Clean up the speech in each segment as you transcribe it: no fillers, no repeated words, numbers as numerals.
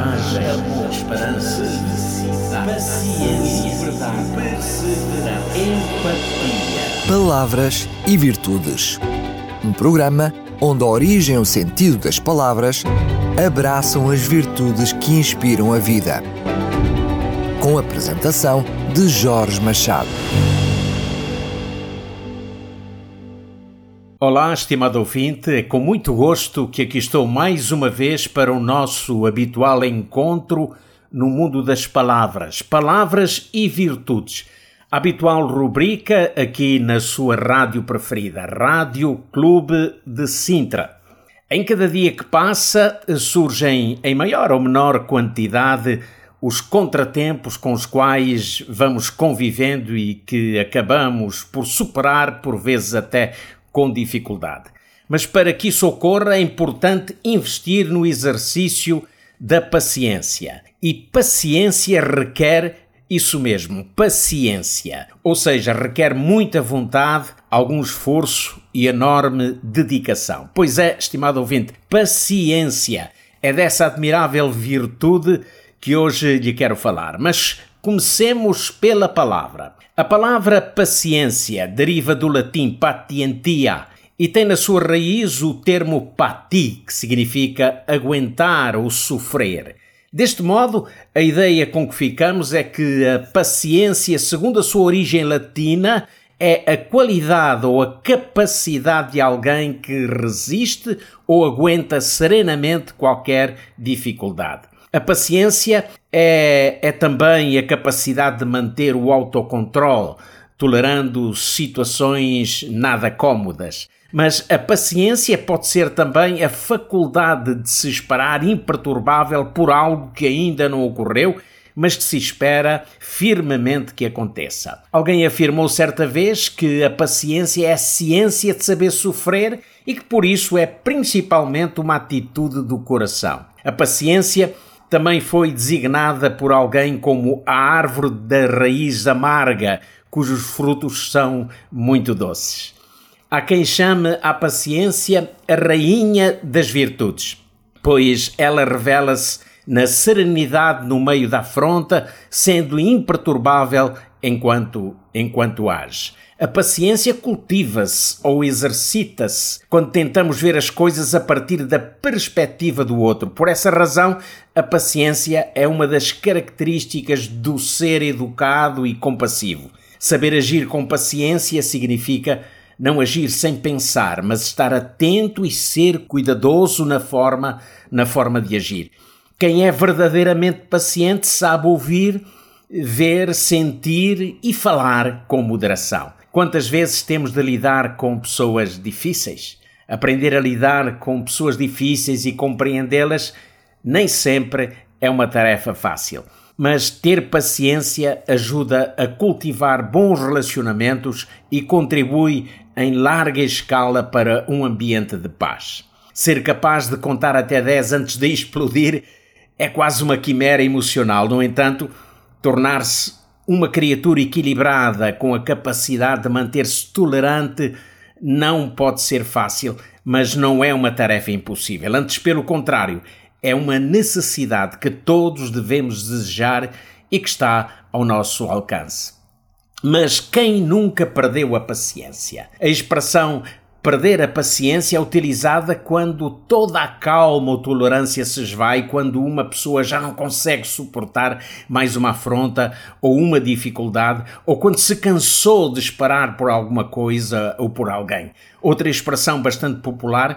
coragem, amor, esperança, felicidade, paciência, verdade, perseverança, empatia. Palavras e Virtudes. Um programa onde a origem e o sentido das palavras abraçam as virtudes que inspiram a vida. Com a apresentação de Jorge Machado. Olá, estimado ouvinte, é com muito gosto que aqui estou mais uma vez para o nosso habitual encontro no mundo das palavras, palavras e virtudes. A habitual rubrica aqui na sua rádio preferida, Rádio Clube de Sintra. Em cada dia que passa surgem em maior ou menor quantidade os contratempos com os quais vamos convivendo e que acabamos por superar, por vezes até com dificuldade. Mas para que isso ocorra é importante investir no exercício da paciência. E paciência requer isso mesmo, paciência. Ou seja, requer muita vontade, algum esforço e enorme dedicação. Pois é, estimado ouvinte, paciência é dessa admirável virtude que hoje lhe quero falar. Mas comecemos pela palavra. A palavra paciência deriva do latim patientia e tem na sua raiz o termo pati, que significa aguentar ou sofrer. Deste modo, a ideia com que ficamos é que a paciência, segundo a sua origem latina, é a qualidade ou a capacidade de alguém que resiste ou aguenta serenamente qualquer dificuldade. A paciência é também a capacidade de manter o autocontrole, tolerando situações nada cómodas. Mas a paciência pode ser também a faculdade de se esperar imperturbável por algo que ainda não ocorreu, mas que se espera firmemente que aconteça. Alguém afirmou certa vez que a paciência é a ciência de saber sofrer e que por isso é principalmente uma atitude do coração. A paciência também foi designada por alguém como a árvore da raiz amarga, cujos frutos são muito doces. Há quem chame a paciência a rainha das virtudes, pois ela revela-se na serenidade no meio da afronta, sendo imperturbável enquanto age. A paciência cultiva-se ou exercita-se quando tentamos ver as coisas a partir da perspectiva do outro. Por essa razão, a paciência é uma das características do ser educado e compassivo. Saber agir com paciência significa não agir sem pensar, mas estar atento e ser cuidadoso na forma de agir. Quem é verdadeiramente paciente sabe ouvir, ver, sentir e falar com moderação. Quantas vezes temos de lidar com pessoas difíceis? Aprender a lidar com pessoas difíceis e compreendê-las nem sempre é uma tarefa fácil. Mas ter paciência ajuda a cultivar bons relacionamentos e contribui em larga escala para um ambiente de paz. Ser capaz de contar até 10 antes de explodir é quase uma quimera emocional. No entanto, tornar-se uma criatura equilibrada com a capacidade de manter-se tolerante não pode ser fácil, mas não é uma tarefa impossível. Antes, pelo contrário, é uma necessidade que todos devemos desejar e que está ao nosso alcance. Mas quem nunca perdeu a paciência? A expressão perder a paciência é utilizada quando toda a calma ou tolerância se esvai, quando uma pessoa já não consegue suportar mais uma afronta ou uma dificuldade, ou quando se cansou de esperar por alguma coisa ou por alguém. Outra expressão bastante popular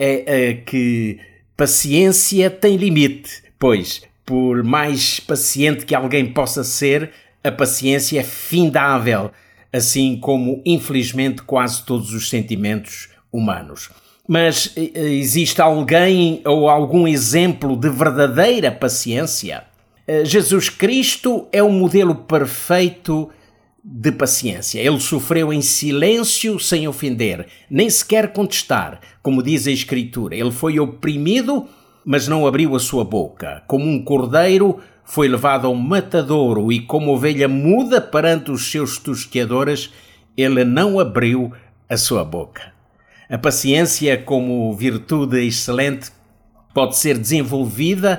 é que paciência tem limite, pois, por mais paciente que alguém possa ser, a paciência é findável, assim como, infelizmente, quase todos os sentimentos humanos. Mas existe alguém ou algum exemplo de verdadeira paciência? Jesus Cristo é o modelo perfeito de paciência. Ele sofreu em silêncio, sem ofender, nem sequer contestar, como diz a Escritura. Ele foi oprimido, mas não abriu a sua boca. Como um cordeiro, foi levado ao matadouro e como ovelha muda perante os seus tosqueadores, ele não abriu a sua boca. A paciência, como virtude excelente, pode ser desenvolvida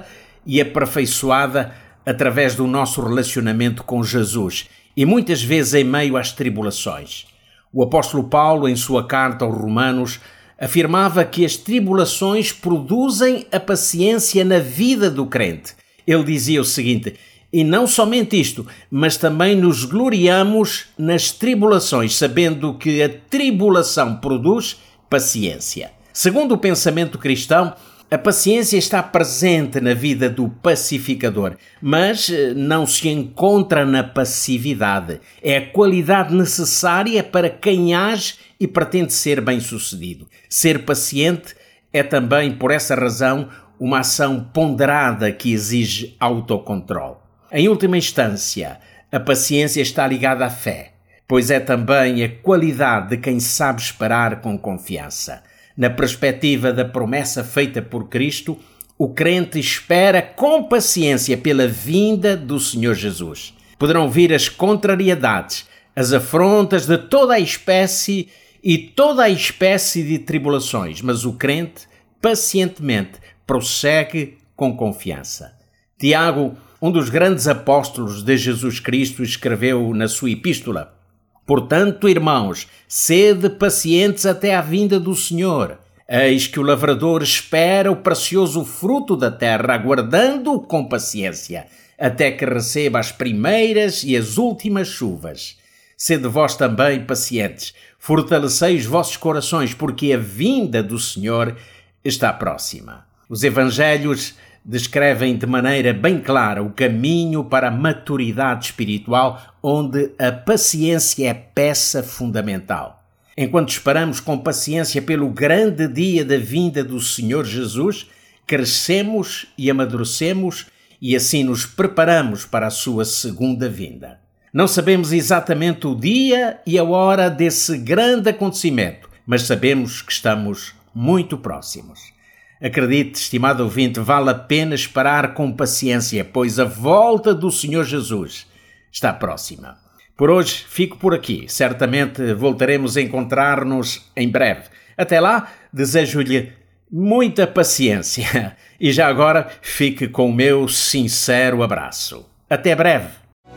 e aperfeiçoada através do nosso relacionamento com Jesus e muitas vezes em meio às tribulações. O apóstolo Paulo, em sua carta aos Romanos, afirmava que as tribulações produzem a paciência na vida do crente. Ele dizia o seguinte: e não somente isto, mas também nos gloriamos nas tribulações, sabendo que a tribulação produz paciência. Segundo o pensamento cristão, a paciência está presente na vida do pacificador, mas não se encontra na passividade. É a qualidade necessária para quem age e pretende ser bem-sucedido. Ser paciente é também, por essa razão, uma ação ponderada que exige autocontrole. Em última instância, a paciência está ligada à fé, pois é também a qualidade de quem sabe esperar com confiança. Na perspectiva da promessa feita por Cristo, o crente espera com paciência pela vinda do Senhor Jesus. Poderão vir as contrariedades, as afrontas de toda a espécie e toda a espécie de tribulações, mas o crente pacientemente prossegue com confiança. Tiago, um dos grandes apóstolos de Jesus Cristo, escreveu na sua epístola: portanto, irmãos, sede pacientes até à vinda do Senhor. Eis que o lavrador espera o precioso fruto da terra, aguardando-o com paciência, até que receba as primeiras e as últimas chuvas. Sede vós também pacientes, fortalecei os vossos corações, porque a vinda do Senhor está próxima. Os evangelhos descrevem de maneira bem clara o caminho para a maturidade espiritual, onde a paciência é peça fundamental. Enquanto esperamos com paciência pelo grande dia da vinda do Senhor Jesus, crescemos e amadurecemos e assim nos preparamos para a sua segunda vinda. Não sabemos exatamente o dia e a hora desse grande acontecimento, mas sabemos que estamos muito próximos. Acredite, estimado ouvinte, vale a pena esperar com paciência, pois a volta do Senhor Jesus está próxima. Por hoje fico por aqui. Certamente voltaremos a encontrar-nos em breve. Até lá, desejo-lhe muita paciência. E já agora, fique com o meu sincero abraço. Até breve.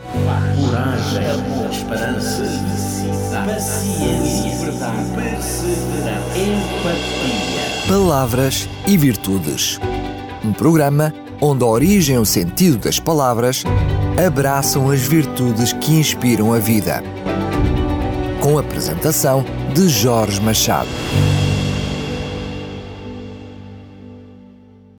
Coragem, amor, esperança, paciência, verdade, perseverança, empatia. Palavras e Virtudes. Um programa onde a origem e o sentido das palavras abraçam as virtudes que inspiram a vida. Com a apresentação de Jorge Machado.